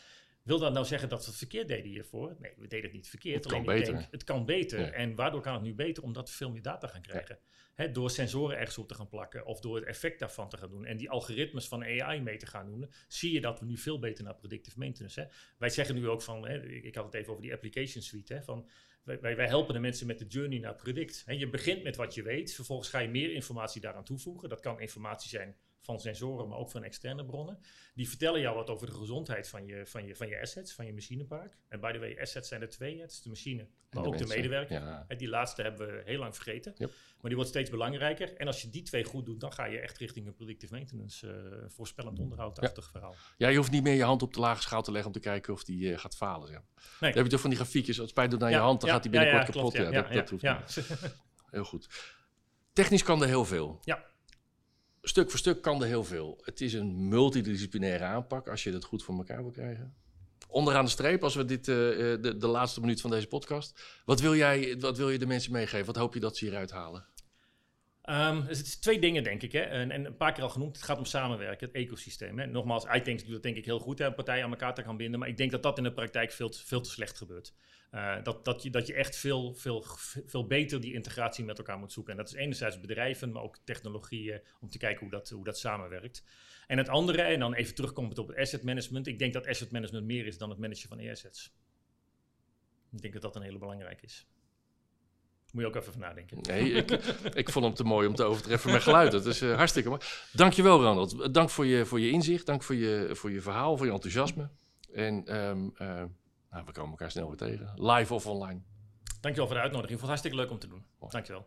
Wil dat nou zeggen dat we het verkeerd deden hiervoor? Nee, we deden het niet verkeerd. Het kan beter. Het kan beter. Ja. En waardoor kan het nu beter? Omdat we veel meer data gaan krijgen. Ja. Door sensoren ergens op te gaan plakken of door het effect daarvan te gaan doen en die algoritmes van AI mee te gaan doen, zie je dat we nu veel beter naar predictive maintenance. Hè. Wij zeggen nu ook van, ik had het even over die application suite, hè, van wij helpen de mensen met de journey naar predict. Hè. Je begint met wat je weet, vervolgens ga je meer informatie daaraan toevoegen. Dat kan informatie zijn van sensoren, maar ook van externe bronnen. Die vertellen jou wat over de gezondheid van je assets, van je machinepark. En by the way, assets zijn er 2. Het is de machine, maar ook mensen. de medewerker. Ja. Die laatste hebben we heel lang vergeten. Yep. Maar die wordt steeds belangrijker. En als je die 2 goed doet, dan ga je echt richting een predictive maintenance, voorspellend onderhoudachtig verhaal. Ja, je hoeft niet meer je hand op de lage schaal te leggen om te kijken of die gaat falen. Ja. Nee. Dan heb je toch van die grafiekjes, als het pijn doet aan je hand, dan gaat die binnenkort kapot. Klopt, Dat hoeft niet. Heel goed. Technisch kan er heel veel. Ja. Stuk voor stuk kan er heel veel. Het is een multidisciplinaire aanpak als je het goed voor elkaar wil krijgen. Onderaan de streep, als we dit de laatste minuut van deze podcast. Wat wil je de mensen meegeven? Wat hoop je dat ze hieruit halen? Dus het is 2 dingen, denk ik. Hè? En een paar keer al genoemd. Het gaat om samenwerken, het ecosysteem. Hè? Nogmaals, iTanks doet dat denk ik heel goed, hè, een partij aan elkaar te gaan binden. Maar ik denk dat dat in de praktijk veel te slecht gebeurt. Dat je echt veel beter die integratie met elkaar moet zoeken. En dat is enerzijds bedrijven, maar ook technologieën, om te kijken hoe dat samenwerkt. En het andere, en dan even terugkomend op het asset management. Ik denk dat asset management meer is dan het managen van e-assets. Ik denk dat dat een hele belangrijke is. Moet je ook even van nadenken. Nee, ik vond hem te mooi om te overtreffen met geluid. Dat is hartstikke mooi. Dankjewel, Ronald. Dank voor je inzicht. Dank voor je verhaal, voor je enthousiasme. En we komen elkaar snel weer tegen. Live of online. Dankjewel voor de uitnodiging. Ik vond het hartstikke leuk om te doen. Dankjewel.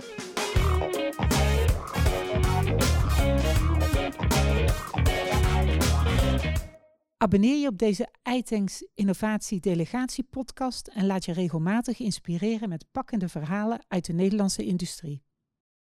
Abonneer je op deze iTanks Innovatie Delegatie podcast en laat je regelmatig inspireren met pakkende verhalen uit de Nederlandse industrie.